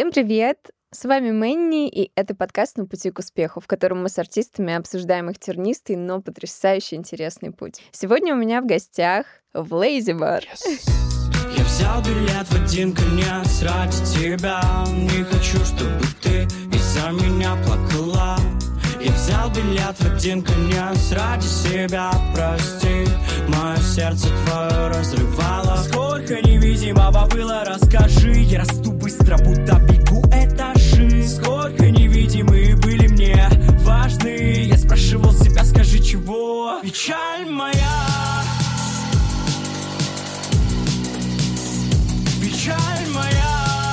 Всем привет! С вами Мэнни, и это подкаст «На пути к успеху», в котором мы с артистами обсуждаем их тернистый, но потрясающе интересный путь. Сегодня у меня в гостях Влейзибар. Я взял билет в один конец ради тебя. Не хочу, чтобы ты из-за меня плакала. Я взял билет в один конец ради себя. Прости, мое сердце твое разрывало. Сколько невидимого было, расскажи. Я расту быстро, будто бегу этажи. Сколько невидимые были мне важны. Я спрашивал себя, скажи чего. Печаль моя, печаль моя.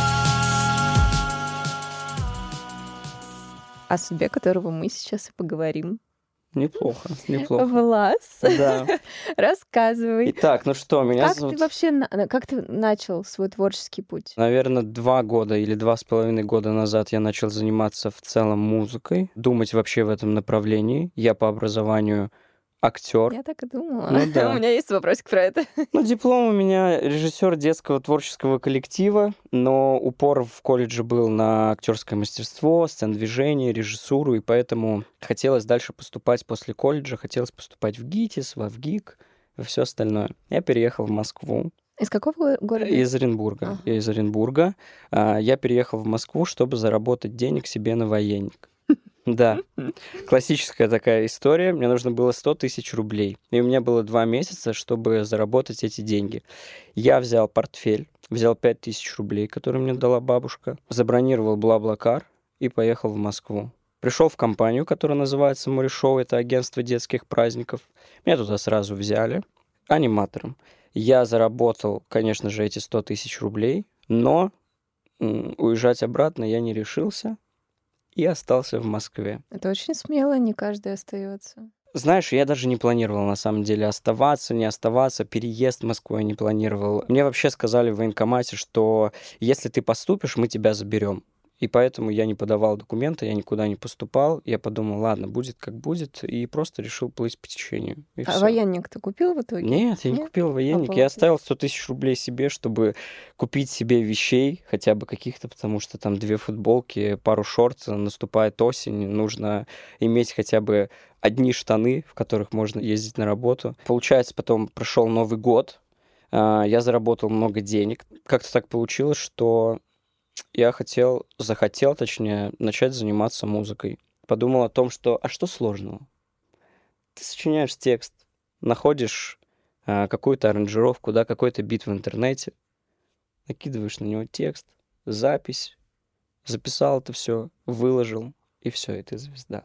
О судьбе которого мы сейчас и поговорим. Неплохо, неплохо. Влас, Да. рассказывай. Итак, ну что, меня Как зовут... ты вообще, как ты начал свой творческий путь? Наверное, 2 года или 2,5 года назад я начал заниматься в целом музыкой, думать вообще в этом направлении. Я по образованию актер. Я так и думала. Ну да. У меня есть вопросик про это. Ну, диплом у меня режиссер детского творческого коллектива, но упор в колледже был на актерское мастерство, сцен-движение, режиссуру, и поэтому хотелось дальше поступать после колледжа, хотелось поступать в ГИТИС, в ВГИК, и все остальное. Я переехал в Москву. Из какого города? Из Оренбурга. Ага. Я из Оренбурга. Я переехал в Москву, чтобы заработать денег себе на военник. Да, классическая такая история. Мне нужно было 100 тысяч рублей. И у меня было 2 месяца, чтобы заработать эти деньги. Я взял портфель, взял 5 тысяч рублей, которые мне дала бабушка, забронировал Блаблакар и поехал в Москву. Пришел в компанию, которая называется Морешоу, это агентство детских праздников. Меня туда сразу взяли аниматором. Я заработал, конечно же, эти 100 тысяч рублей, но уезжать обратно я не решился. И остался в Москве. Это очень смело, не каждый остается. Знаешь, я даже не планировал, на самом деле, оставаться, не оставаться. Переезд в Москву я не планировал. Мне вообще сказали в военкомате, что если ты поступишь, мы тебя заберем. И поэтому я не подавал документы, я никуда не поступал. Я подумал, ладно, будет как будет, и просто решил плыть по течению. И А всё. военник ты купил в итоге? Нет, я не купил военник. Обалдеть. Я оставил 100 тысяч рублей себе, чтобы купить себе вещей, хотя бы каких-то, потому что там 2 футболки, пару шорт, наступает осень, нужно иметь хотя бы одни штаны, в которых можно ездить на работу. Получается, потом прошел Новый год, я заработал много денег. Как-то так получилось, что я захотел, начать заниматься музыкой. Подумал о том, что, а что сложного? Ты сочиняешь текст, находишь какую-то аранжировку, да, какой-то бит в интернете, накидываешь на него текст, запись, записал это все, выложил, и все, и ты звезда.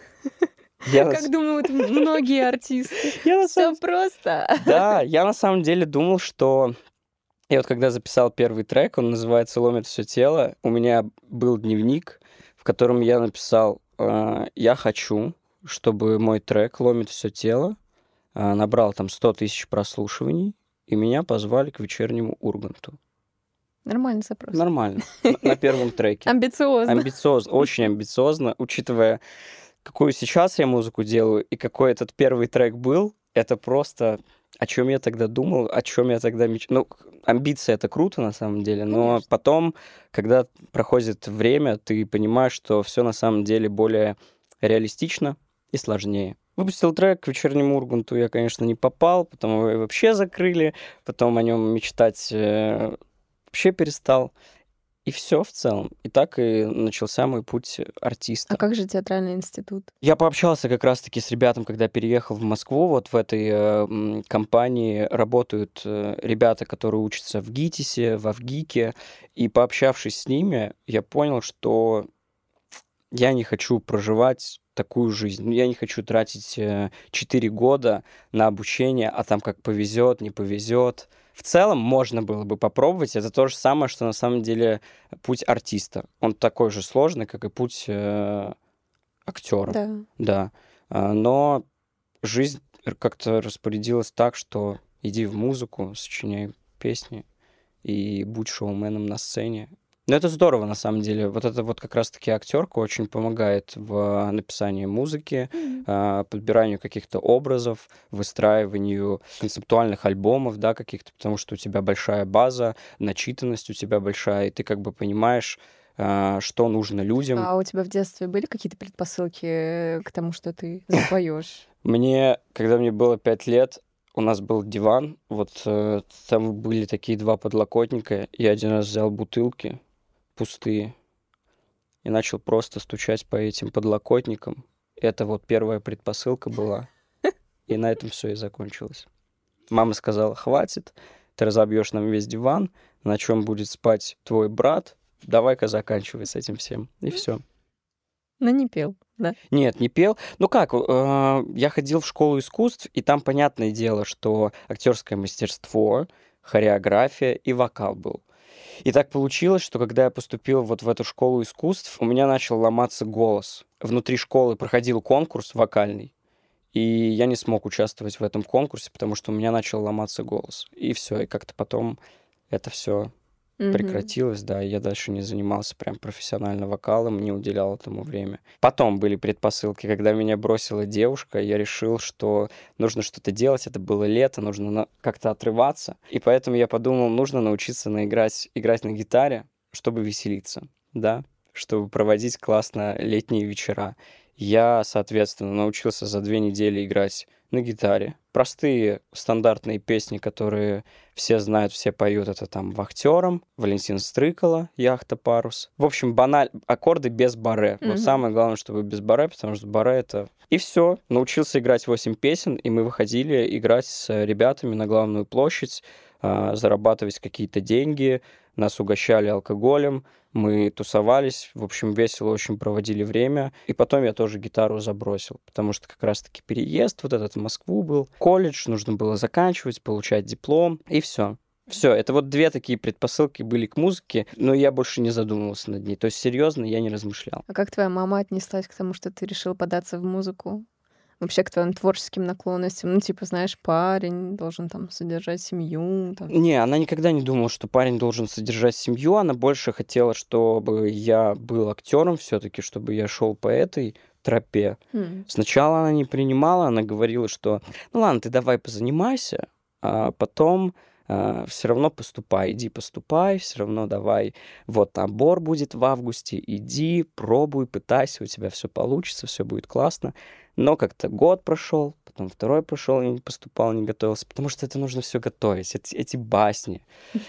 Как думают многие артисты. Все просто. Да, я на самом деле думал, что... Я вот когда записал первый трек, он называется «Ломит все тело», у меня был дневник, в котором я написал «Я хочу, чтобы мой трек «Ломит все тело» набрал там 100 тысяч прослушиваний, и меня позвали к вечернему Урганту». Нормальный запрос. Нормально. На первом треке. Амбициозно. Амбициозно, очень амбициозно, учитывая, какую сейчас я музыку делаю и какой этот первый трек был, это просто... О чем я тогда думал, о чем я тогда мечтал. Ну, амбиции — это круто, на самом деле, но Конечно. потом, когда проходит время, ты понимаешь, что все на самом деле более реалистично и сложнее. Выпустил трек к вечернему Урганту, я, конечно, не попал, потом его вообще закрыли, потом о нем мечтать вообще перестал. И все в целом. И так и начался мой путь артиста. А как же театральный институт? Я пообщался как раз-таки с ребятами, когда переехал в Москву. Вот в этой компании работают ребята, которые учатся в ГИТИСе, в ВГИКе. И пообщавшись с ними, я понял, что я не хочу проживать такую жизнь. Я не хочу тратить 4 года на обучение, а там как повезет, не повезет. В целом можно было бы попробовать. Это то же самое, что на самом деле путь артиста. Он такой же сложный, как и путь актера. Да. Да. Но жизнь как-то распорядилась так, что иди в музыку, сочиняй песни и будь шоуменом на сцене. Но это здорово, на самом деле. Вот это вот как раз-таки актерка очень помогает в написании музыки, подбиранию каких-то образов, выстраиванию концептуальных альбомов, да, каких-то, потому что у тебя большая база, начитанность у тебя большая, и ты как бы понимаешь, что нужно людям. А у тебя в детстве были какие-то предпосылки к тому, что ты запоешь? Когда мне было 5 лет, у нас был диван, там были такие 2 подлокотника. Я один раз взял бутылки пустые и начал просто стучать по этим подлокотникам. Это вот первая предпосылка была. И на этом все и закончилось. Мама сказала: хватит, ты разобьешь нам весь диван, на чем будет спать твой брат. Давай-ка заканчивай с этим всем. И все. Но не пел, да? Нет, не пел. Я ходил в школу искусств, и там, понятное дело, что актерское мастерство, хореография и вокал был. И так получилось, что когда я поступил вот в эту школу искусств, у меня начал ломаться голос. Внутри школы проходил конкурс вокальный, и я не смог участвовать в этом конкурсе, потому что у меня начал ломаться голос. И все, и как-то потом это все прекратилось, да, и я дальше не занимался прям профессионально вокалом, не уделял этому время. Потом были предпосылки, когда меня бросила девушка, я решил, что нужно что-то делать, это было лето, нужно как-то отрываться, и поэтому я подумал, нужно научиться играть на гитаре, чтобы веселиться, да, чтобы проводить классно летние вечера. Я, соответственно, научился за 2 недели играть на гитаре. Простые стандартные песни, которые все знают, все поют, это там «Вахтером», Валентин Стрыкало, «Яхта, парус». В общем, аккорды без барре. Вот самое главное, чтобы без барре, потому что барре это... И все. Научился играть 8 песен, и мы выходили играть с ребятами на главную площадь, зарабатывать какие-то деньги, нас угощали алкоголем, мы тусовались, в общем, весело очень проводили время. И потом я тоже гитару забросил, потому что как раз-таки переезд вот этот в Москву был, колледж, нужно было заканчивать, получать диплом, и все. Все, это вот 2 такие предпосылки были к музыке, но я больше не задумывался над ней. То есть серьезно я не размышлял. А как твоя мама отнеслась к тому, что ты решил податься в музыку? Вообще к твоим творческим наклонностям? Ну, типа, знаешь, парень должен там содержать семью. Там. Не, она никогда не думала, что парень должен содержать семью. Она больше хотела, чтобы я был актером все-таки, чтобы я шел по этой тропе. Сначала она не принимала, она говорила, что ну ладно, ты давай позанимайся, а потом все равно поступай, иди поступай, все равно давай. Вот набор будет в августе, иди, пробуй, пытайся, у тебя все получится, все будет классно. Но как-то год прошел, потом 2 прошел, я не поступал, не готовился, потому что это нужно все готовить, эти басни.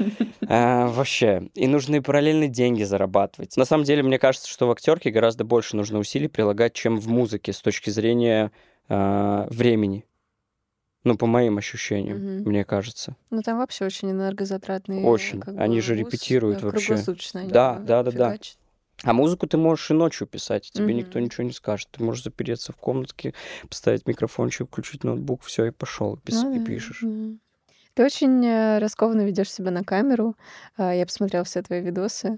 Вообще. И нужно и параллельно деньги зарабатывать. На самом деле, мне кажется, что в актерке гораздо больше нужно усилий прилагать, чем в музыке с точки зрения времени. Ну, по моим ощущениям, мне кажется. Ну, там вообще очень энергозатратные. Очень. Они же репетируют вообще. Круглосуточно они Да. фигачат. А музыку ты можешь и ночью писать, и тебе никто ничего не скажет. Ты можешь запереться в комнатке, поставить микрофончик, включить ноутбук, все, и пошел, и пишешь. Ты очень раскованно ведешь себя на камеру. Я посмотрела все твои видосы.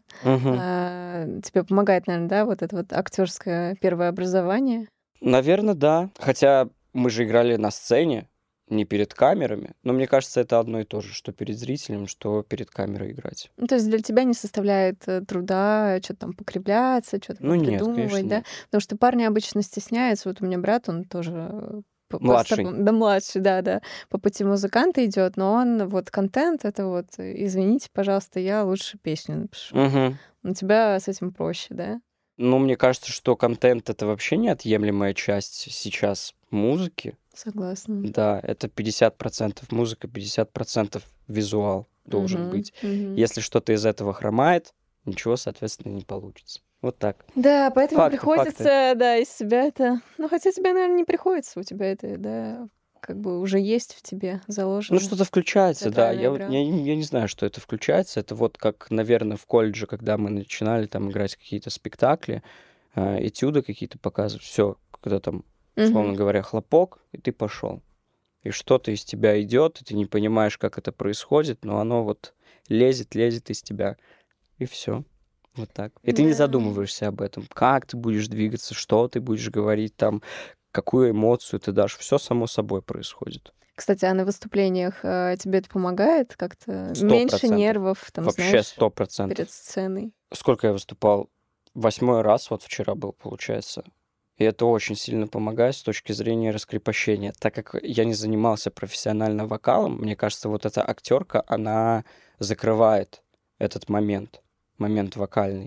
Тебе помогает, наверное, да, вот это вот актерское первое образование? Наверное, да. Хотя мы же играли на сцене, не перед камерами. Но мне кажется, это одно и то же, что перед зрителем, что перед камерой играть. Ну, то есть для тебя не составляет труда что-то там покривляться, что-то придумывать, конечно, да? нет. Потому что парни обычно стесняются. Вот у меня брат, он тоже... Младший. Да, младший, да. По пути музыканта идет, но он вот контент, это вот, извините, пожалуйста, я лучше песню напишу. У тебя с этим проще, да? Ну, мне кажется, что контент — это вообще неотъемлемая часть сейчас музыки. Согласна. Да, это 50% музыка, 50% визуал должен быть. Если что-то из этого хромает, ничего, соответственно, не получится. Вот так. Да, поэтому Факты. приходится, да, из себя это... Ну, хотя тебе, наверное, не приходится, у тебя это, да, как бы уже есть в тебе заложено. Ну, что-то включается, да. Я театральная игра. не знаю, что это включается. Это вот как, наверное, в колледже, когда мы начинали там играть какие-то спектакли, этюды какие-то показывать. Все, когда там, условно говоря, хлопок, и ты пошел. И что-то из тебя идет, и ты не понимаешь, как это происходит, но оно вот лезет из тебя. И все. Вот так. И ты не задумываешься об этом. Как ты будешь двигаться, что ты будешь говорить там, какую эмоцию ты дашь. Все само собой происходит. Кстати, а на выступлениях тебе это помогает как-то? 100%. Меньше нервов, там, Вообще знаешь, 100%. перед сценой? Сколько я выступал? 8-й раз вот вчера был, получается. И это очень сильно помогает с точки зрения раскрепощения. Так как я не занимался профессионально вокалом, мне кажется, вот эта актерка, она закрывает этот момент вокальный.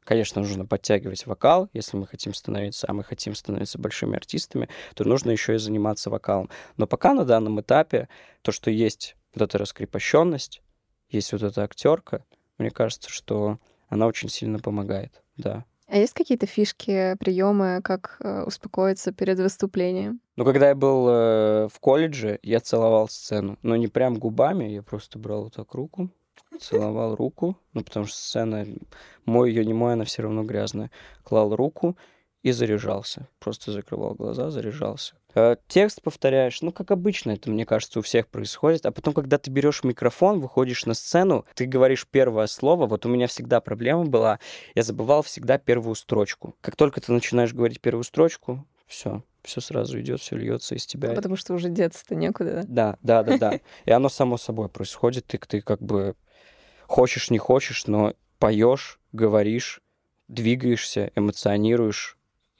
Конечно, нужно подтягивать вокал, если мы хотим становиться, а мы хотим становиться большими артистами, то нужно еще и заниматься вокалом. Но пока на данном этапе то, что есть вот эта раскрепощенность, есть вот эта актерка, мне кажется, что она очень сильно помогает, да. А есть какие-то фишки, приемы, как успокоиться перед выступлением? Ну, когда я был в колледже, я целовал сцену. Но не прям губами, я просто брал вот так руку, целовал руку, ну, потому что сцена, мой ее не мой, она все равно грязная. Клал руку и заряжался. Просто закрывал глаза, заряжался. Текст повторяешь, ну, как обычно, это, мне кажется, у всех происходит. А потом, когда ты берешь микрофон, выходишь на сцену, ты говоришь первое слово. Вот у меня всегда проблема была, я забывал всегда первую строчку. Как только ты начинаешь говорить первую строчку, все сразу идет, все льется из тебя. Потому что уже деться-то некуда, да? Да. И оно само собой происходит, ты как бы хочешь, не хочешь, но поешь, говоришь, двигаешься, эмоционируешь,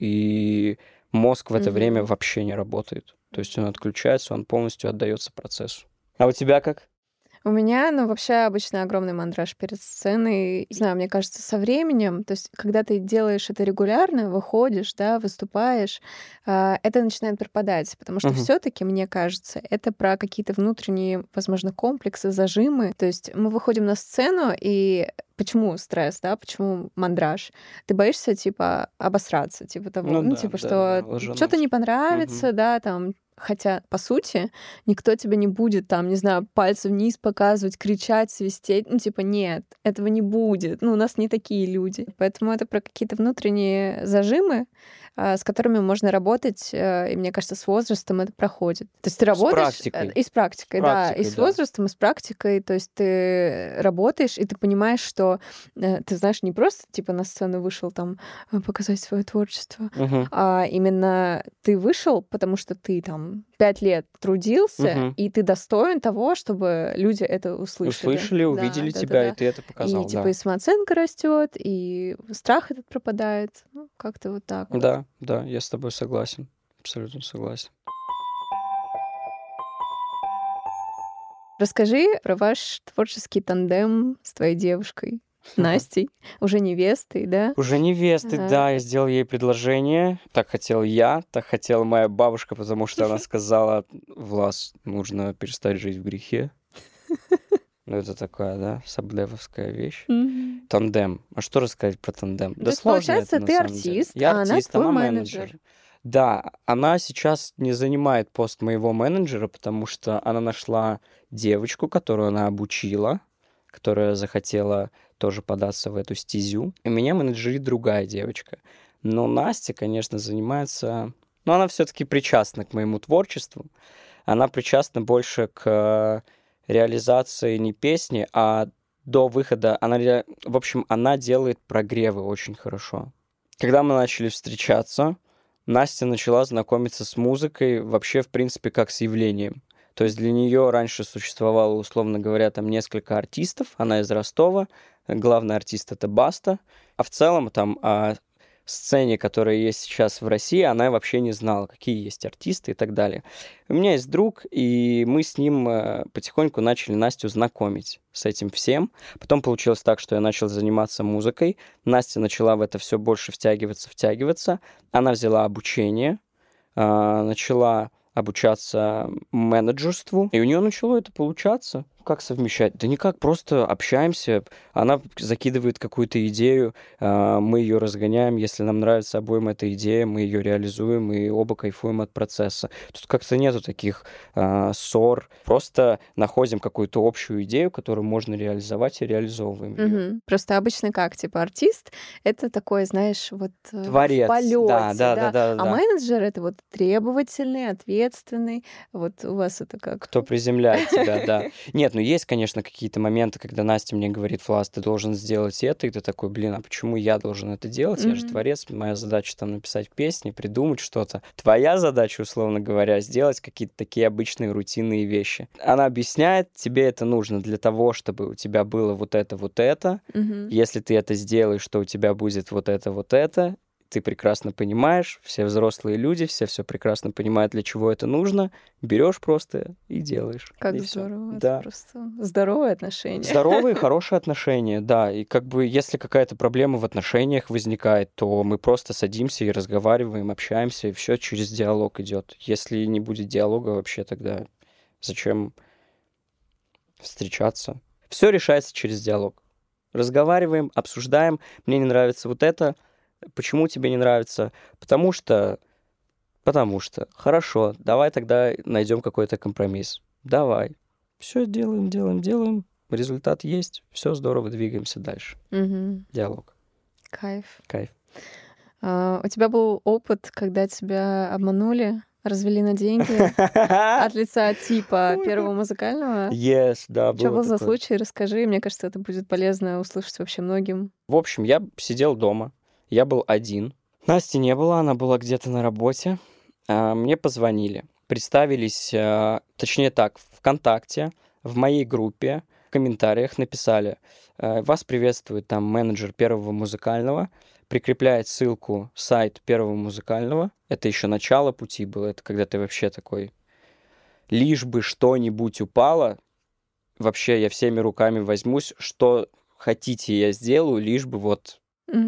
и мозг в это время вообще не работает. То есть он отключается, он полностью отдается процессу. А у тебя как? У меня, вообще обычно огромный мандраж перед сценой. Не знаю, мне кажется, со временем, то есть когда ты делаешь это регулярно, выходишь, да, выступаешь, это начинает пропадать, потому что все таки мне кажется, это про какие-то внутренние, возможно, комплексы, зажимы. То есть мы выходим на сцену, и почему стресс, да, почему мандраж? Ты боишься, типа, обосраться, типа того, что что-то не понравится, да, там. Хотя, по сути, никто тебе не будет там, не знаю, пальцы вниз показывать, кричать, свистеть. Нет, этого не будет. У нас не такие люди. Поэтому это про какие-то внутренние зажимы, с которыми можно работать, и мне кажется, с возрастом это проходит. То есть ты работаешь... С практикой, да. И с возрастом, и с практикой. То есть ты работаешь, и ты понимаешь, что ты, знаешь, не просто типа на сцену вышел там показать свое творчество, а именно ты вышел, потому что ты там 5 лет трудился, и ты достоин того, чтобы люди это услышали. Услышали, увидели тебя, и ты это показал. И типа и самооценка растет, и страх этот пропадает. Как-то вот так. Да, я с тобой согласен. Абсолютно согласен. Расскажи про ваш творческий тандем с твоей девушкой. Настей, уже невестой, да? Уже невестой, да. Я сделал ей предложение. Так хотел я, так хотела моя бабушка, потому что она сказала: Влас, нужно перестать жить в грехе. Ну, это такая, да, саблевовская вещь. Тандем. А что рассказать про тандем? Да сложно это, на самом деле. Получается, ты артист, я артист, она твой менеджер. Да, она сейчас не занимает пост моего менеджера, потому что она нашла девочку, которую она обучила, которая захотела тоже податься в эту стезю. И меня менеджерит другая девочка. Но Настя, конечно, занимается... Но она все-таки причастна к моему творчеству. Она причастна больше к реализации не песни, а до выхода... В общем, она делает прогревы очень хорошо. Когда мы начали встречаться, Настя начала знакомиться с музыкой вообще, в принципе, как с явлением. То есть для нее раньше существовало, условно говоря, там несколько артистов. Она из Ростова. Главный артист — это Баста. А в целом там о сцене, которая есть сейчас в России, она вообще не знала, какие есть артисты и так далее. У меня есть друг, и мы с ним потихоньку начали Настю знакомить с этим всем. Потом получилось так, что я начал заниматься музыкой. Настя начала в это все больше втягиваться. Она взяла обучение, начала обучаться менеджерству, и у нее начало это получаться. Как совмещать? Да никак, просто общаемся, она закидывает какую-то идею, мы ее разгоняем, если нам нравится обоим эта идея, мы ее реализуем и оба кайфуем от процесса. Тут как-то нету таких ссор, просто находим какую-то общую идею, которую можно реализовать, и реализовываем ее. Просто обычно как, типа артист — это такой, знаешь, вот творец, в полете, да. А менеджер — это вот требовательный, ответственный, вот у вас это как? Кто приземляет тебя, да. Нет, ну есть, конечно, какие-то моменты, когда Настя мне говорит: Влас, ты должен сделать это, и ты такой: блин, а почему я должен это делать? Я же творец, моя задача там написать песни, придумать что-то. Твоя задача, условно говоря, сделать какие-то такие обычные рутинные вещи. Она объясняет, тебе это нужно для того, чтобы у тебя было вот это. Если ты это сделаешь, то у тебя будет вот это. ты прекрасно понимаешь, все взрослые люди, все прекрасно понимают, для чего это нужно, берешь просто и делаешь. Как и всё. здорово. Это Да. просто здоровые отношения. Здоровые, хорошие отношения, да. И как бы если какая-то проблема в отношениях возникает, то мы просто садимся и разговариваем, общаемся, и все через диалог идет. Если не будет диалога вообще, тогда зачем встречаться? Все решается через диалог. Разговариваем, обсуждаем. Мне не нравится вот это. Почему тебе не нравится? Потому что. Хорошо, давай тогда найдем какой-то компромисс. Давай. Все делаем. Результат есть. Все здорово, двигаемся дальше. Диалог. Кайф. Кайф. У тебя был опыт, когда тебя обманули, развели на деньги от лица типа первого музыкального? Yes, да, Что было был за такое. случай? Расскажи. Мне кажется, это будет полезно услышать вообще многим. В общем, я сидел дома. Я был один. Насти не было, она была где-то на работе. Мне позвонили. Представились, точнее так, ВКонтакте, в моей группе, в комментариях написали: вас приветствует там менеджер первого музыкального, прикрепляет ссылку сайт первого музыкального. Это еще начало пути было, это когда ты вообще такой, лишь бы что-нибудь упало, вообще я всеми руками возьмусь, что хотите я сделаю, лишь бы вот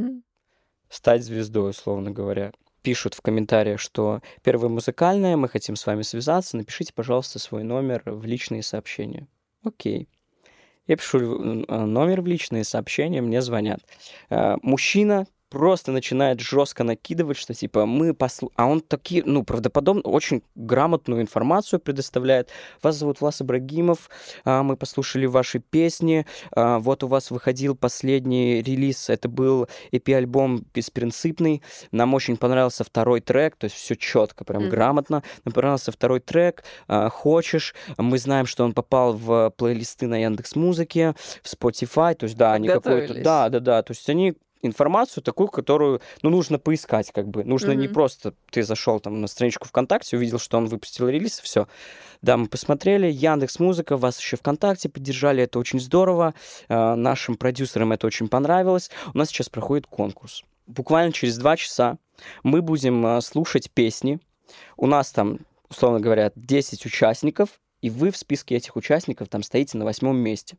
стать звездой, условно говоря. Пишут в комментариях, что первое музыкальное, мы хотим с вами связаться, напишите, пожалуйста, свой номер в личные сообщения. Окей. Я пишу номер в личные сообщения, мне звонят. Мужчина просто начинает жестко накидывать, что типа мы А он такие, правдоподобно, очень грамотную информацию предоставляет. Вас зовут Влас Ибрагимов, мы послушали ваши песни, вот у вас выходил последний релиз, это был EP-альбом «Беспринципный», нам очень понравился второй трек, то есть все четко, прям грамотно. Нам понравился второй трек, хочешь, мы знаем, что он попал в плейлисты на Яндекс.Музыке, в Spotify, то есть да, они какой-то... Да, то есть они информацию такую, которую, нужно поискать, как бы. Нужно не просто ты зашел там на страничку ВКонтакте, увидел, что он выпустил релиз, все. Да, мы посмотрели, Яндекс.Музыка, вас еще ВКонтакте поддержали, это очень здорово, нашим продюсерам это очень понравилось. У нас сейчас проходит конкурс. Буквально через 2 часа мы будем слушать песни. У нас там, условно говоря, 10 участников, и вы в списке этих участников там стоите на 8 месте.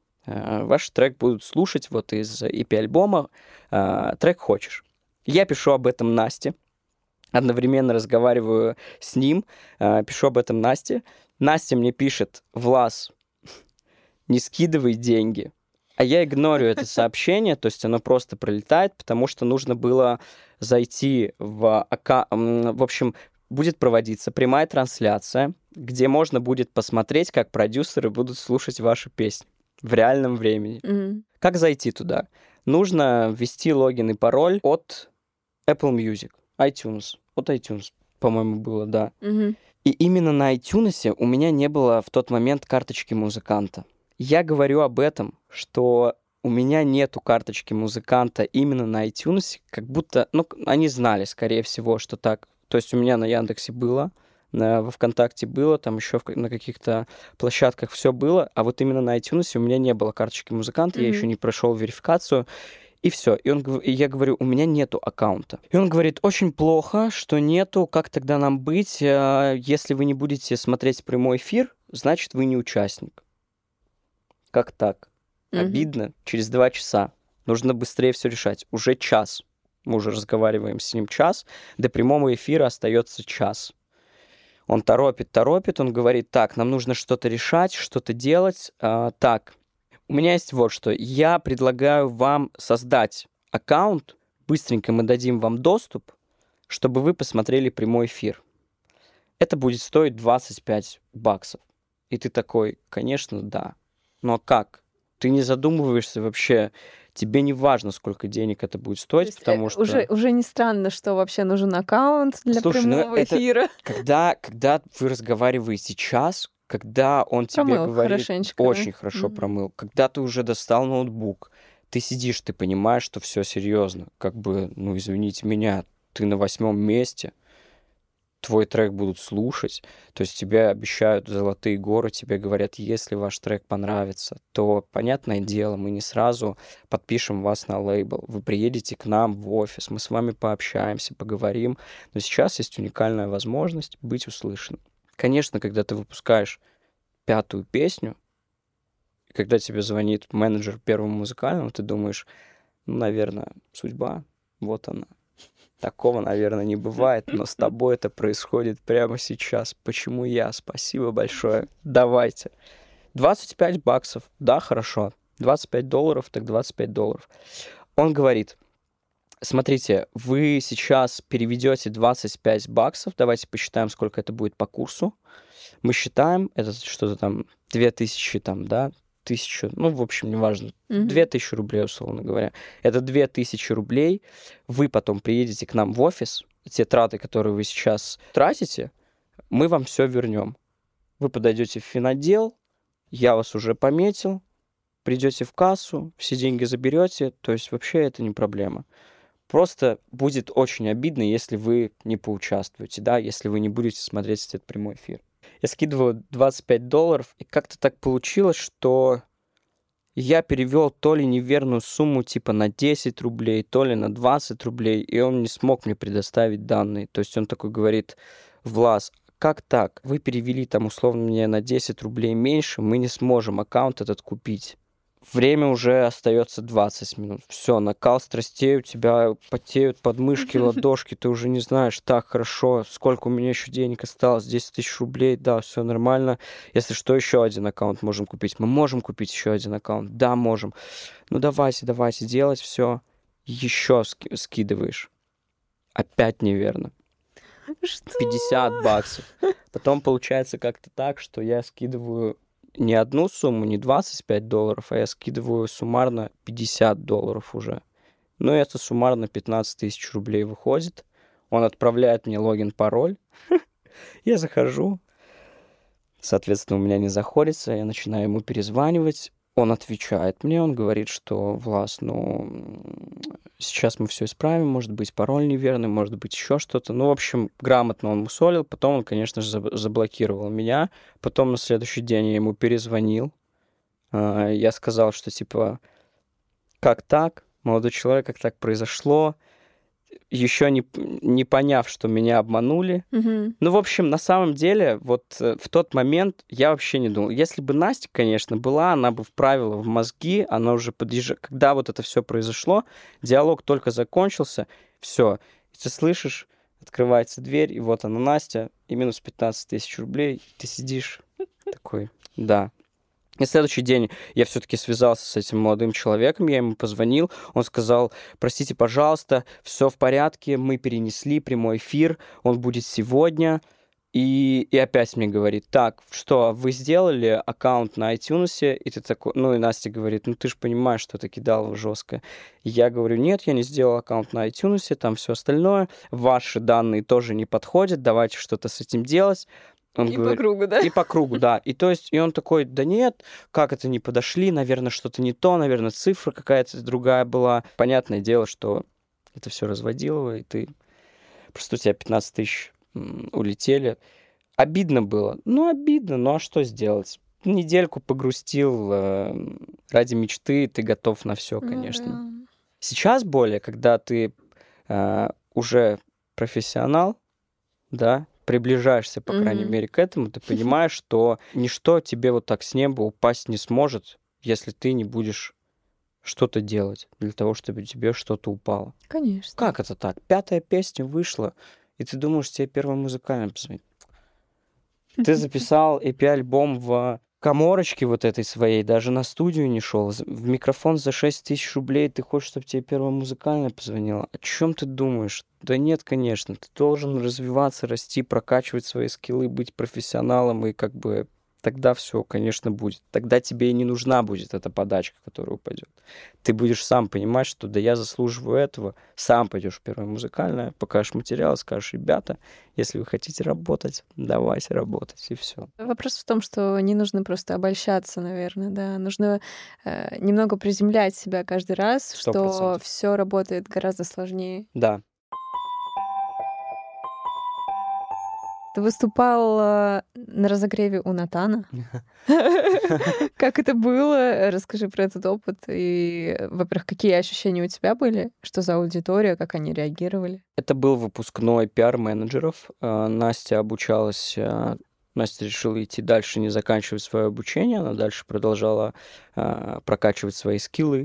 Ваш трек будут слушать вот из EP-альбома трек «Хочешь». Я пишу об этом Насте, одновременно разговариваю с ним, пишу об этом Насте. Настя мне пишет: «Влас, не скидывай деньги». А я игнорю это сообщение, то есть оно просто пролетает, потому что нужно было зайти в общем, будет проводиться прямая трансляция, где можно будет посмотреть, как продюсеры будут слушать ваши песни в реальном времени. Как зайти туда? Нужно ввести логин и пароль от Apple Music, iTunes. От iTunes, по-моему, было, да. И именно на iTunes у меня не было в тот момент карточки музыканта. Я говорю об этом, что у меня нету карточки музыканта именно на iTunes, как будто, они знали, скорее всего, что так. То есть у меня на Яндексе было, во ВКонтакте было, там еще на каких-то площадках все было, а вот именно на iTunes у меня не было карточки музыканта, я еще не прошел верификацию, и все. И я говорю, у меня нету аккаунта. И он говорит: очень плохо, что нету, как тогда нам быть, если вы не будете смотреть прямой эфир, значит, вы не участник. Как так? Обидно. Через 2 часа. Нужно быстрее все решать. Уже час. Мы уже разговариваем с ним час. До прямого эфира остается час. Он торопит, он говорит: так, нам нужно что-то решать, что-то делать. Так, у меня есть вот что. Я предлагаю вам создать аккаунт, быстренько мы дадим вам доступ, чтобы вы посмотрели прямой эфир. Это будет стоить $25. И ты такой: конечно, да. Но как? Ты не задумываешься вообще, тебе не важно, сколько денег это будет стоить, потому что... Уже не странно, что вообще нужен аккаунт для прямого эфира. Когда вы разговариваете час, когда он тебе говорит... Очень хорошо промыл. Когда ты уже достал ноутбук, ты сидишь, ты понимаешь, что все серьезно. Как бы, извините меня, ты на 8 месте. твой трек будут слушать, то есть тебе обещают золотые горы, тебе говорят, если ваш трек понравится, то, понятное дело, мы не сразу подпишем вас на лейбл. Вы приедете к нам в офис, мы с вами пообщаемся, поговорим. Но сейчас есть уникальная возможность быть услышанным. Конечно, когда ты выпускаешь 5-ю песню, и когда тебе звонит менеджер Первого музыкального, ты думаешь, ну, наверное, судьба, вот она. Такого, наверное, не бывает, но с тобой это происходит прямо сейчас. Почему я? Спасибо большое. Давайте. $25, да, хорошо. $25, так $25. Он говорит, смотрите, вы сейчас переведете $25, давайте посчитаем, сколько это будет по курсу. Мы считаем, это что-то там 2000, там, да, 1000, ну, в общем, неважно, 2000 рублей, условно говоря. Это 2000 рублей. Вы потом приедете к нам в офис, те траты, которые вы сейчас тратите, мы вам все вернем. Вы подойдете в финотдел, я вас уже пометил, придете в кассу, все деньги заберете, то есть вообще это не проблема. Просто будет очень обидно, если вы не поучаствуете, да, если вы не будете смотреть этот прямой эфир. Я скидываю $25, и как-то так получилось, что я перевел то ли неверную сумму, типа на 10 рублей, то ли на 20 рублей, и он не смог мне предоставить данные. То есть он такой говорит, Влас, как так? Вы перевели там условно мне на 10 рублей меньше, мы не сможем аккаунт этот купить. Время уже остается 20 минут. Все, накал страстей, у тебя потеют подмышки, ладошки, ты уже не знаешь, так, хорошо, сколько у меня еще денег осталось, 10 тысяч рублей, да, все нормально. Если что, еще один аккаунт можем купить. Мы можем купить еще один аккаунт? Да, можем. Ну давайте делать все. Еще скидываешь. Опять неверно. Что? $50. Потом получается как-то так, что я скидываю не одну сумму, не $25, а я скидываю суммарно $50 уже. Ну, это суммарно 15 тысяч рублей выходит. Он отправляет мне логин-пароль. Я захожу. Соответственно, у меня не заходится. Я начинаю ему перезванивать. Он отвечает мне, он говорит, что, Влас, ну, сейчас мы все исправим, может быть, пароль неверный, может быть, еще что-то. Ну, в общем, грамотно он мусолил. Потом он, конечно же, заблокировал меня. Потом на следующий день я ему перезвонил. Я сказал, что, типа, как так? Молодой человек, как так произошло? Еще не поняв, что меня обманули. Ну, в общем, на самом деле, вот в тот момент я вообще не думал. Если бы Настя, конечно, была, она бы вправила в мозги, она уже подъезжала. Когда вот это все произошло, диалог только закончился, все. Ты слышишь, открывается дверь, и вот она, Настя, и минус 15 тысяч рублей. Ты сидишь такой, да. И следующий день я все-таки связался с этим молодым человеком, я ему позвонил, он сказал, простите, пожалуйста, все в порядке, мы перенесли прямой эфир, он будет сегодня. И опять мне говорит, так, что, вы сделали аккаунт на iTunes? И ты такой, ну и Настя говорит, ну ты же понимаешь, что это кидалово жестко. И я говорю, нет, я не сделал аккаунт на iTunes, там все остальное, ваши данные тоже не подходят, давайте что-то с этим делать. Он и говорит, по кругу, да? И по кругу, да. И то есть, и он такой, да нет, как это не подошли, наверное, что-то не то, наверное, цифра какая-то другая была. Понятное дело, что это все разводилово, и ты... Просто у тебя 15 тысяч улетели. Обидно было. Ну, обидно, ну а что сделать? Недельку погрустил ради мечты, ты готов на все, конечно. Ну, да. Сейчас более, когда ты уже профессионал, да, приближаешься, по крайней мере, к этому, ты понимаешь, что ничто тебе вот так с неба упасть не сможет, если ты не будешь что-то делать для того, чтобы тебе что-то упало. Конечно. Как это так? 5-я песня вышла, и ты думаешь, тебе Первый музыкальный позвонит. Ты записал EP-альбом в каморочке вот этой своей, даже на студию не шел, в микрофон за 6 тысяч рублей, ты хочешь, чтобы тебе Первая музыкальная позвонила? О чем ты думаешь? Да нет, конечно, ты должен развиваться, расти, прокачивать свои скиллы, быть профессионалом, и как бы тогда все, конечно, будет. Тогда тебе и не нужна будет эта подачка, которая упадет. Ты будешь сам понимать, что да я заслуживаю этого, сам пойдешь в Первое музыкальное, покажешь материал, скажешь, ребята, если вы хотите работать, давайте работать, и все. Вопрос в том, что не нужно просто обольщаться, наверное, да. Нужно немного приземлять себя каждый раз, 100%. что все работает гораздо сложнее. Да. Ты выступал на разогреве у Натана. Как это было? Расскажи про этот опыт. И, во-первых, какие ощущения у тебя были? Что за аудитория? Как они реагировали? Это был выпускной пиар-менеджеров. Настя обучалась... Настя решила идти дальше, не заканчивать свое обучение. Она дальше продолжала прокачивать свои скиллы.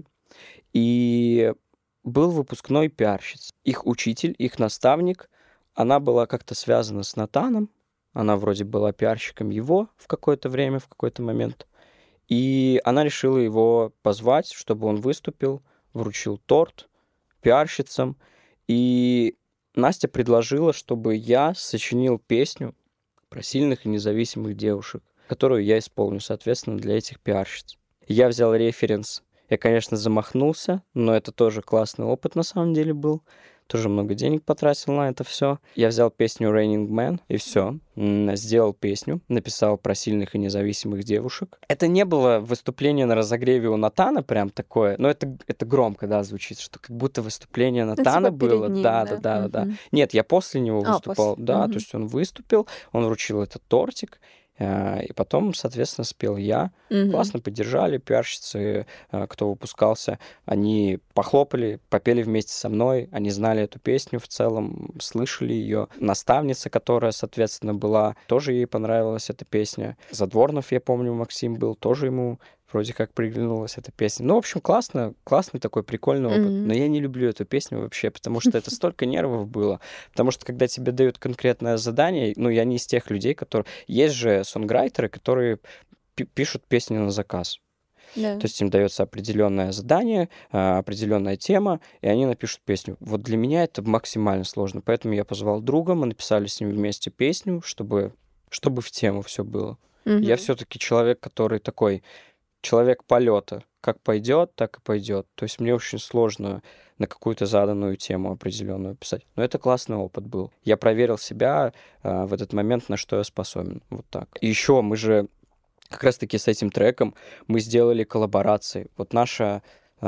И был выпускной пиарщиц. Их учитель, их наставник, она была как-то связана с Натаном. Она вроде была пиарщиком его в какое-то время, в какой-то момент. И она решила его позвать, чтобы он выступил, вручил торт пиарщицам. И Настя предложила, чтобы я сочинил песню про сильных и независимых девушек, которую я исполню, соответственно, для этих пиарщиц. Я взял референс. Я, конечно, замахнулся, но это тоже классный опыт на самом деле был. Тоже много денег потратил на это все. Я взял песню Raining Man и все. Сделал песню, написал про сильных и независимых девушек. Это не было выступление на разогреве у Натана прям такое, но это громко, да, звучит, что как будто выступление Натана типа перед было. ним, Да. Нет, я после него выступал, после. да, то есть он выступил, он вручил этот тортик, и потом, соответственно, спел я. Классно поддержали пиарщицы, кто выпускался. Они похлопали, попели вместе со мной. Они знали эту песню в целом, слышали ее. Наставница, которая, соответственно, была, тоже ей понравилась эта песня. Задворнов, я помню, Максим был, тоже ему вроде как приглянулась эта песня. Ну, в общем, классный такой прикольный опыт. Но я не люблю эту песню вообще, потому что это столько нервов было. Потому что, когда тебе дают конкретное задание, ну, я не из тех людей, которые... Есть же сонграйтеры, которые пишут песни на заказ. Да. То есть им дается определенное задание, определенная тема, и они напишут песню. Вот для меня это максимально сложно. Поэтому я позвал друга, мы написали с ним вместе песню, чтобы в тему все было. Я все-таки человек, который такой... Человек полета. Как пойдет, так и пойдет. То есть мне очень сложно на какую-то заданную тему определенную писать. Но это классный опыт был. Я проверил себя в этот момент, на что я способен. Вот так. И еще мы же как раз-таки с этим треком мы сделали коллаборации. Вот наша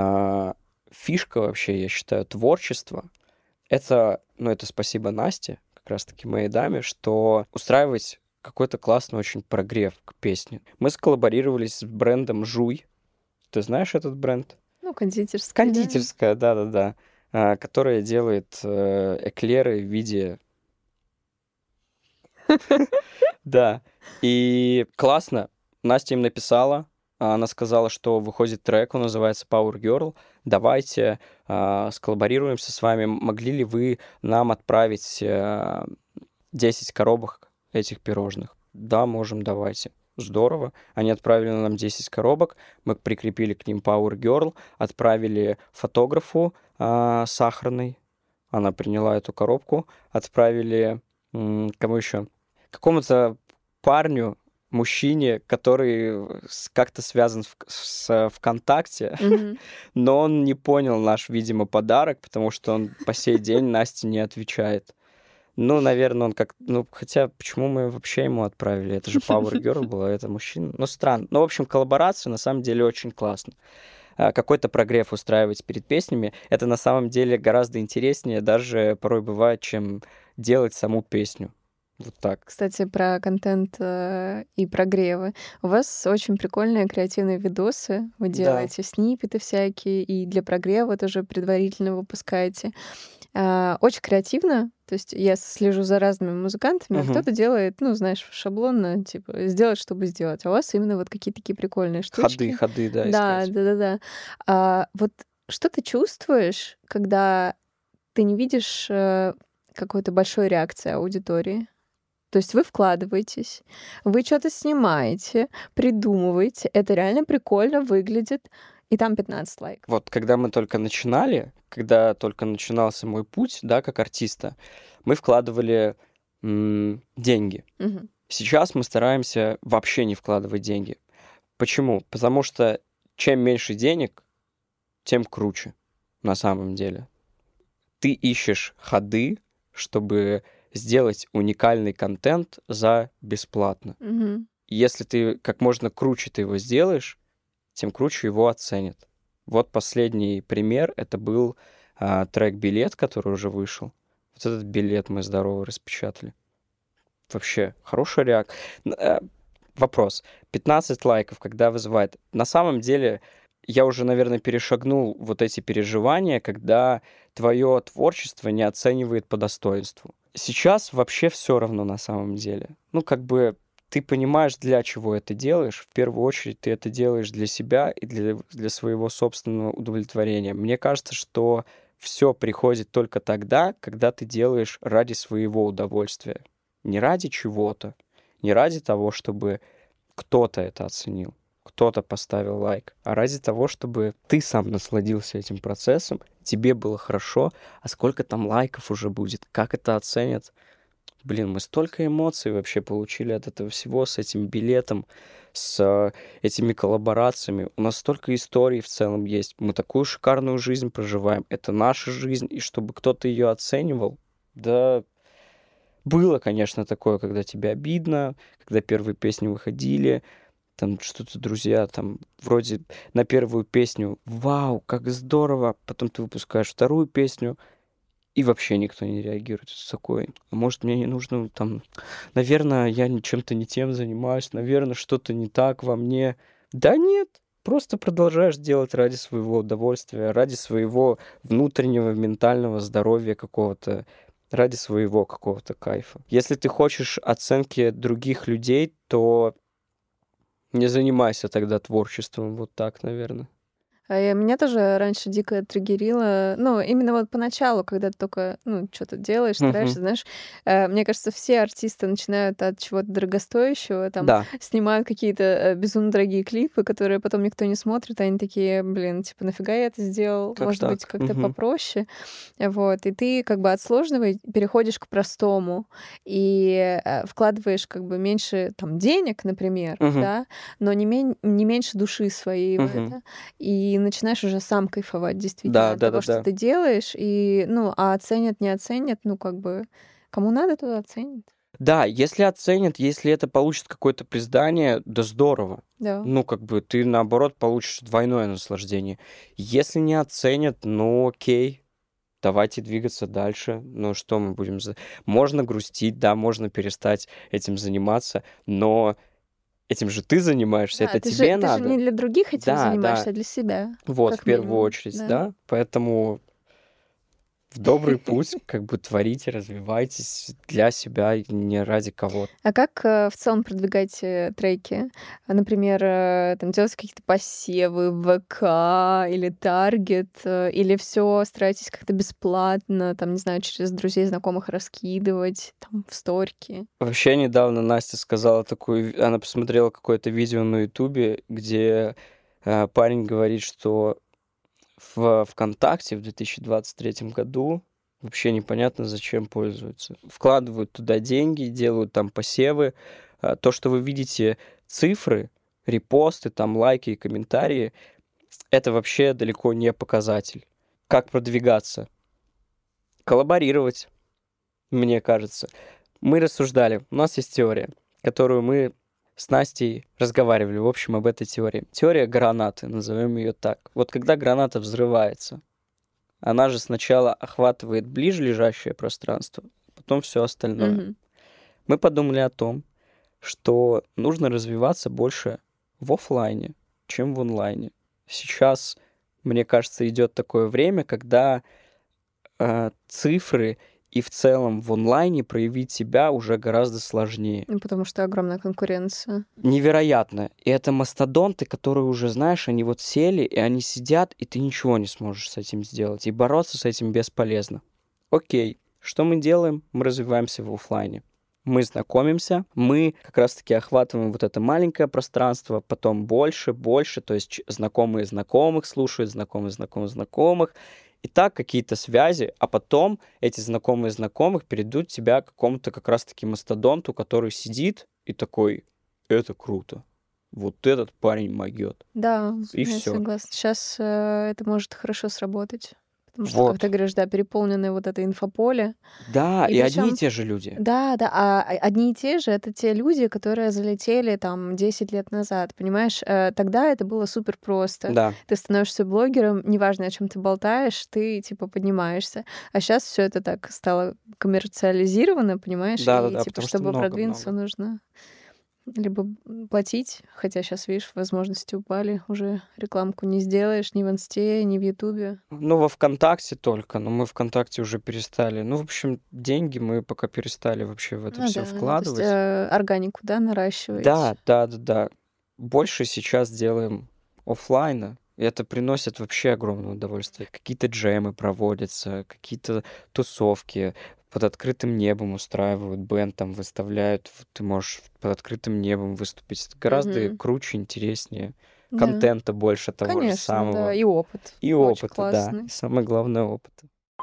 фишка вообще, я считаю, творчество. Это спасибо Насте, как раз-таки моей даме, что устраивать какой-то классный очень прогрев к песне. Мы сколлаборировались с брендом Жуй. Ты знаешь этот бренд? Ну, кондитерская. Кондитерская, да. Которая делает эклеры в виде... Да. И классно. Настя им написала. Она сказала, что выходит трек, он называется Power Girl. Давайте сколлаборируемся с вами. Могли ли вы нам отправить 10 коробок этих пирожных? Да, можем, давайте. Здорово. Они отправили нам 10 коробок, мы прикрепили к ним Power Girl, отправили фотографу сахарной, она приняла эту коробку, отправили кому еще? Какому-то парню, мужчине, который как-то связан с ВКонтакте, но он не понял наш, видимо, подарок, потому что он по сей день Насте не отвечает. Ну, наверное, он как... Ну, хотя, почему мы вообще ему отправили? Это же Power Girl была, это мужчина. Ну, странно. Ну, в общем, коллаборация на самом деле очень классно. Какой-то прогрев устраивать перед песнями, это на самом деле гораздо интереснее, даже порой бывает, чем делать саму песню. Вот так. Кстати, про контент и прогревы. У вас очень прикольные креативные видосы. Вы делаете сниппеты всякие, и для прогрева тоже предварительно выпускаете. Очень креативно. То есть я слежу за разными музыкантами, а кто-то делает, ну, знаешь, шаблонно, типа, сделать, чтобы сделать. А у вас именно вот какие-то такие прикольные штучки. Ходы, да, искать. Да. Вот что ты чувствуешь, когда ты не видишь какой-то большой реакции аудитории? То есть вы вкладываетесь, вы что-то снимаете, придумываете, это реально прикольно выглядит, и там 15 лайков. Вот когда мы только начинали, когда только начинался мой путь, да, как артиста, мы вкладывали деньги. Сейчас мы стараемся вообще не вкладывать деньги. Почему? Потому что чем меньше денег, тем круче на самом деле. Ты ищешь ходы, чтобы сделать уникальный контент за бесплатно. Если ты как можно круче ты его сделаешь, тем круче его оценят. Вот последний пример, это был трек «Билет», который уже вышел. Вот этот билет мы здорово распечатали. вообще хорошая реакция. Вопрос. 15 лайков, когда вызывает? На самом деле, я уже, наверное, перешагнул вот эти переживания, когда твое творчество не оценивает по достоинству. Сейчас вообще все равно на самом деле. Ну, как бы ты понимаешь, для чего это делаешь. В первую очередь ты это делаешь для себя и для своего собственного удовлетворения. Мне кажется, что все приходит только тогда, когда ты делаешь ради своего удовольствия. Не ради чего-то, не ради того, чтобы кто-то это оценил, кто-то поставил лайк, а ради того, чтобы ты сам насладился этим процессом, тебе было хорошо, а сколько там лайков уже будет, как это оценят. Блин, мы столько эмоций вообще получили от этого всего, с этим билетом, с этими коллаборациями. У нас столько историй в целом есть. Мы такую шикарную жизнь проживаем. Это наша жизнь, и чтобы кто-то ее оценивал, да, было, конечно, такое, когда тебе обидно, когда первые песни выходили, там что-то друзья, там вроде на первую песню «Вау, как здорово!», потом ты выпускаешь вторую песню, и вообще никто не реагирует. Это такой, может, мне не нужно, там, наверное, я чем-то не тем занимаюсь, наверное, что-то не так во мне. Да нет, просто продолжаешь делать ради своего удовольствия, ради своего внутреннего ментального здоровья какого-то, ради своего какого-то кайфа. Если ты хочешь оценки других людей, то не занимайся тогда творчеством. Вот так, наверное. Меня тоже раньше дико триггерило, ну, именно вот поначалу, когда ты только, ну, что-то делаешь, стараешься, знаешь, мне кажется, все артисты начинают от чего-то дорогостоящего, там, Да. снимают какие-то безумно дорогие клипы, которые потом никто не смотрит, а они такие, блин, типа, нафига я это сделал? Как Может быть, так? как-то попроще. Вот, и ты как бы от сложного переходишь к простому и вкладываешь как бы меньше, там, денег, например, да, но не меньше души своей в это. И начинаешь уже сам кайфовать действительно от того, что ты делаешь. И, ну, а оценят, не оценят, ну, как бы, кому надо, то оценят. Да, если оценят, если это получит какое-то признание, да здорово. Да. Ну, как бы ты, наоборот, получишь двойное наслаждение. Если не оценят, ну, окей, давайте двигаться дальше. Ну, что мы будем... Можно грустить, да, можно перестать этим заниматься, но этим же ты занимаешься, Да, это тебе надо. Ты же не для других этим Да, занимаешься, да. а для себя. Вот, как в первую минимум, очередь, да. Поэтому в добрый путь, как бы творите, развивайтесь для себя, не ради кого-то. А как в целом продвигать треки? Например, там делать какие-то посевы в ВК или Таргет, или все стараетесь как-то бесплатно, там, не знаю, через друзей, знакомых раскидывать, там, в сторики? Вообще недавно Настя сказала такую, она посмотрела какое-то видео на Ютубе, где парень говорит, что в ВКонтакте в 2023 году вообще непонятно, зачем пользуются. Вкладывают туда деньги, делают там посевы. То, что вы видите цифры, репосты, там лайки и комментарии, это вообще далеко не показатель. Как продвигаться? Коллаборировать, мне кажется. Мы рассуждали, у нас есть теория, которую мы с Настей разговаривали, в общем, об этой теории. Теория гранаты, назовем ее так. Вот когда граната взрывается, она же сначала охватывает ближе лежащее пространство, потом все остальное. Мы подумали о том, что нужно развиваться больше в офлайне, чем в онлайне. Сейчас, мне кажется, идет такое время, когда цифры и в целом в онлайне проявить себя уже гораздо сложнее. Ну, потому что огромная конкуренция. Невероятно. И это мастодонты, которые уже, знаешь, они вот сели, и они сидят, и ты ничего не сможешь с этим сделать. И бороться с этим бесполезно. Окей, что мы делаем? Мы развиваемся в офлайне. Мы знакомимся, мы как раз-таки охватываем вот это маленькое пространство, потом больше, то есть знакомые знакомых слушают, знакомые знакомых, и так какие-то связи, а потом эти знакомые знакомых перейдут тебя к какому-то как раз-таки мастодонту, который сидит и такой, это круто, вот этот парень могёт. Да, и я все. согласна. Сейчас это может хорошо сработать. Потому что, как Вот. ты говоришь, да, переполненное вот это инфополе. Да, И и одни и причем, те же люди. да, а одни и те же — это те люди, которые залетели там 10 лет назад, понимаешь? Тогда это было супер просто. Да. Ты становишься блогером, неважно, о чем ты болтаешь, ты типа поднимаешься. А сейчас все это так стало коммерциализировано, понимаешь? И Да-да-да, типа, потому что чтобы продвинуться, много-много. нужно либо платить, хотя сейчас, видишь, возможности упали, уже рекламку не сделаешь ни в Инсте, ни в Ютубе. Ну, во ВКонтакте только, но мы ВКонтакте уже перестали. Ну, в общем, деньги мы пока перестали вообще в это Ну все да, ну то есть вкладывать. органику, да, наращиваете. Да. Больше сейчас делаем оффлайна, и это приносит вообще огромное удовольствие. Какие-то джемы проводятся, какие-то тусовки под открытым небом устраивают, бэнд там выставляют, ты можешь под открытым небом выступить. Это гораздо Мгм. круче, интереснее. Да, Контента больше того же конечно, да. самого. И опыт И очень опыта, да. И классный. самое главное, опыта.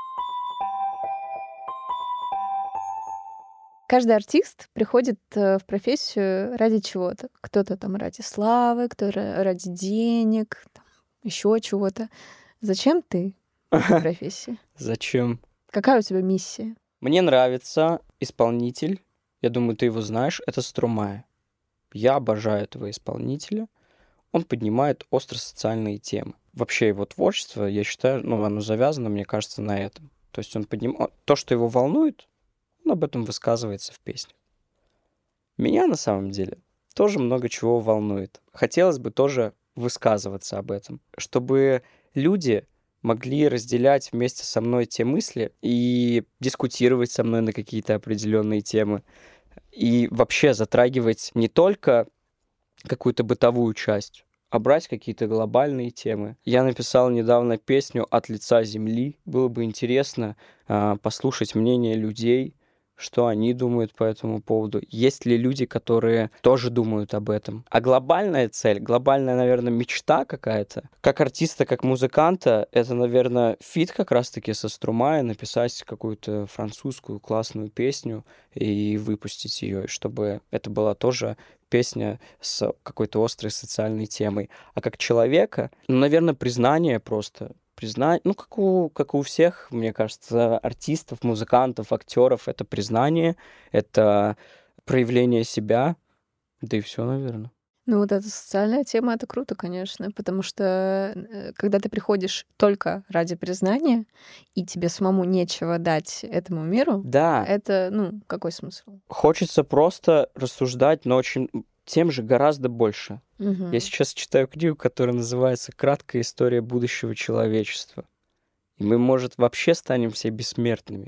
Каждый артист приходит в профессию ради чего-то. Кто-то там ради славы, кто-то ради денег, еще чего-то. Зачем ты в этой профессии? Зачем? Какая у тебя миссия? Мне нравится исполнитель, я думаю, ты его знаешь, это Стромае. Я обожаю этого исполнителя. Он поднимает остро-социальные темы. Вообще его творчество, я считаю, ну, оно завязано, мне кажется, на этом. То есть он поднимает... То, что его волнует, он об этом высказывается в песнях. Меня, на самом деле, тоже много чего волнует. Хотелось бы тоже высказываться об этом, чтобы люди могли разделять вместе со мной те мысли и дискутировать со мной на какие-то определенные темы. И вообще затрагивать не только какую-то бытовую часть, а брать какие-то глобальные темы. Я написал недавно песню «От лица земли». Было бы интересно послушать мнение людей, что они думают по этому поводу. Есть ли люди, которые тоже думают об этом? А глобальная цель, глобальная, наверное, мечта какая-то, как артиста, как музыканта, это, наверное, фит как раз-таки со Стромае, написать какую-то французскую классную песню и выпустить ее, чтобы это была тоже песня с какой-то острой социальной темой. А как человека, ну, наверное, признание просто. Признание, ну, как у всех, мне кажется, артистов, музыкантов, актеров, это признание, это проявление себя, да и все, наверное. Ну, вот эта социальная тема — это круто, конечно, потому что когда ты приходишь только ради признания, и тебе самому нечего дать этому миру, Да, это, ну, какой смысл? хочется просто рассуждать, но очень тем же гораздо больше. Я Мгм. сейчас читаю книгу, которая называется «Краткая история будущего человечества». И мы, может, вообще станем все бессмертными.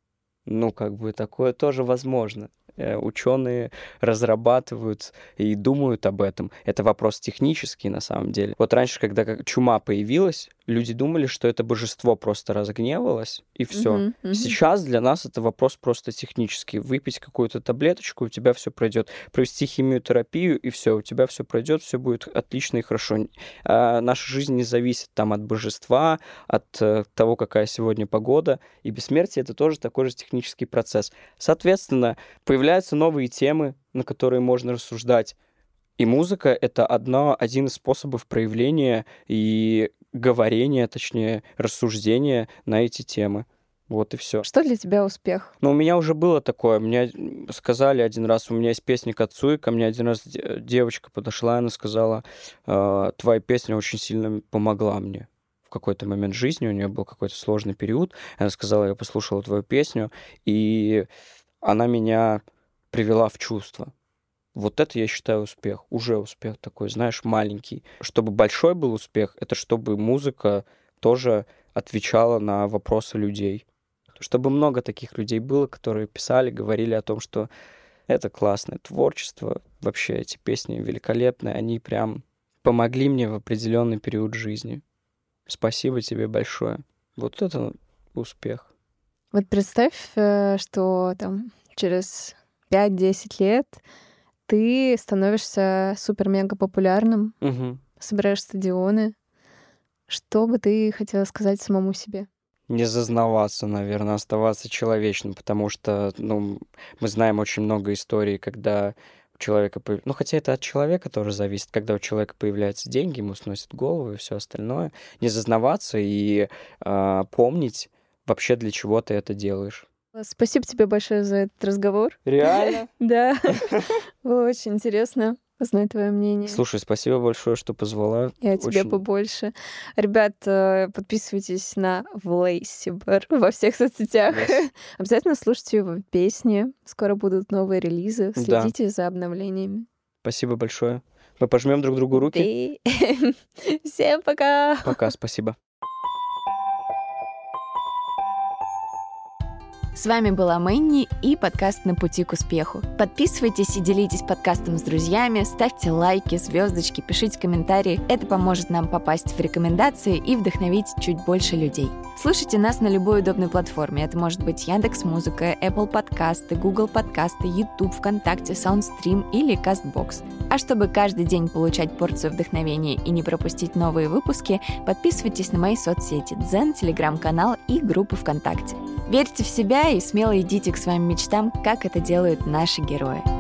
Ну, как бы такое тоже возможно. Ученые разрабатывают и думают об этом. Это вопрос технический на самом деле. Вот раньше, когда чума появилась, люди думали, что это божество просто разгневалось, и все. Мгм, мгм. Сейчас для нас это вопрос просто технический. Выпить какую-то таблеточку, у тебя все пройдет. Провести химиотерапию, и все, у тебя все пройдет, все будет отлично и хорошо. Наша жизнь не зависит там от божества, от того, какая сегодня погода. И бессмертие — это тоже такой же технический процесс. Соответственно, появляются новые темы, на которые можно рассуждать. И музыка — это один из способов проявления и говорения, точнее, рассуждения на эти темы. Вот и все. Что для тебя успех? Но у меня уже было такое. Мне сказали один раз, у меня есть песня «Кацуи», ко мне один раз девочка подошла, и она сказала: «Твоя песня очень сильно помогла мне». В какой-то момент жизни у нее был какой-то сложный период. Она сказала: «Я послушала твою песню, и она меня привела в чувство». Вот это, я считаю, успех. Уже успех такой, знаешь, маленький. Чтобы большой был успех, это чтобы музыка тоже отвечала на вопросы людей. Чтобы много таких людей было, которые писали, говорили о том, что это классное творчество, вообще эти песни великолепные, они прям помогли мне в определенный период жизни. Спасибо тебе большое. Вот это успех. Вот представь, что там через 5-10 лет ты становишься супер-мега популярным, Угу. собираешь стадионы. Что бы ты хотела сказать самому себе? Не зазнаваться, наверное, оставаться человечным, потому что, ну, мы знаем очень много историй, когда человека... Ну, хотя это от человека тоже зависит. Когда у человека появляются деньги, ему сносят голову и все остальное. Не зазнаваться и помнить вообще, для чего ты это делаешь. Спасибо тебе большое за этот разговор. Реально? Да. Было очень интересно узнать твое мнение. Слушай, спасибо большое, что позвала. И тебе побольше. Ребят, подписывайтесь на Влейсибер во всех соцсетях. Yes. Обязательно слушайте его песни. Скоро будут новые релизы. Следите за обновлениями. Спасибо большое. Мы пожмем друг другу руки. Всем пока. Пока, спасибо. С вами была Мэнни и подкаст «На пути к успеху». Подписывайтесь и делитесь подкастом с друзьями, ставьте лайки, звездочки, пишите комментарии. Это поможет нам попасть в рекомендации и вдохновить чуть больше людей. Слушайте нас на любой удобной платформе. Это может быть Яндекс.Музыка, Apple подкасты, Google подкасты, YouTube, ВКонтакте, Soundstream или Castbox. А чтобы каждый день получать порцию вдохновения и не пропустить новые выпуски, подписывайтесь на мои соцсети Дзен, Телеграм-канал и группы ВКонтакте. Верьте в себя и смело идите к своим мечтам, как это делают наши герои.